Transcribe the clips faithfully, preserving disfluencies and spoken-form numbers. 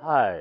爱。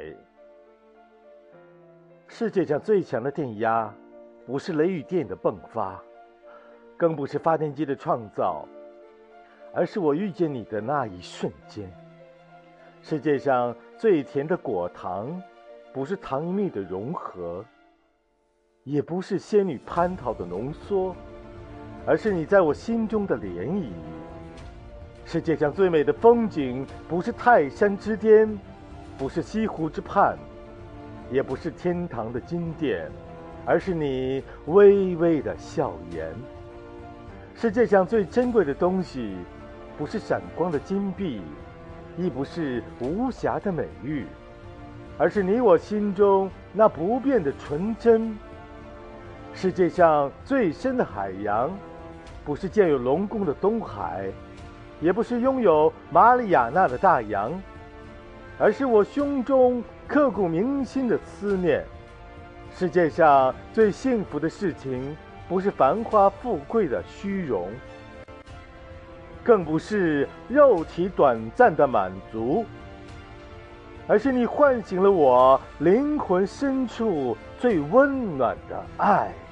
世界上最强的电压，不是雷雨电的迸发，更不是发电机的创造，而是我遇见你的那一瞬间。世界上最甜的果糖，不是糖蜜的融合，也不是仙女蟠桃的浓缩，而是你在我心中的涟漪。世界上最美的风景，不是泰山之巅，不是西湖之畔，也不是天堂的金殿，而是你微微的笑颜。世界上最珍贵的东西，不是闪光的金币，亦不是无瑕的美玉，而是你我心中那不变的纯真。世界上最深的海洋，不是建有龙宫的东海，也不是拥有马里亚纳的大洋，而是我胸中刻骨铭心的思念。世界上最幸福的事情，不是繁华富贵的虚荣，更不是肉体短暂的满足，而是你唤醒了我灵魂深处最温暖的爱。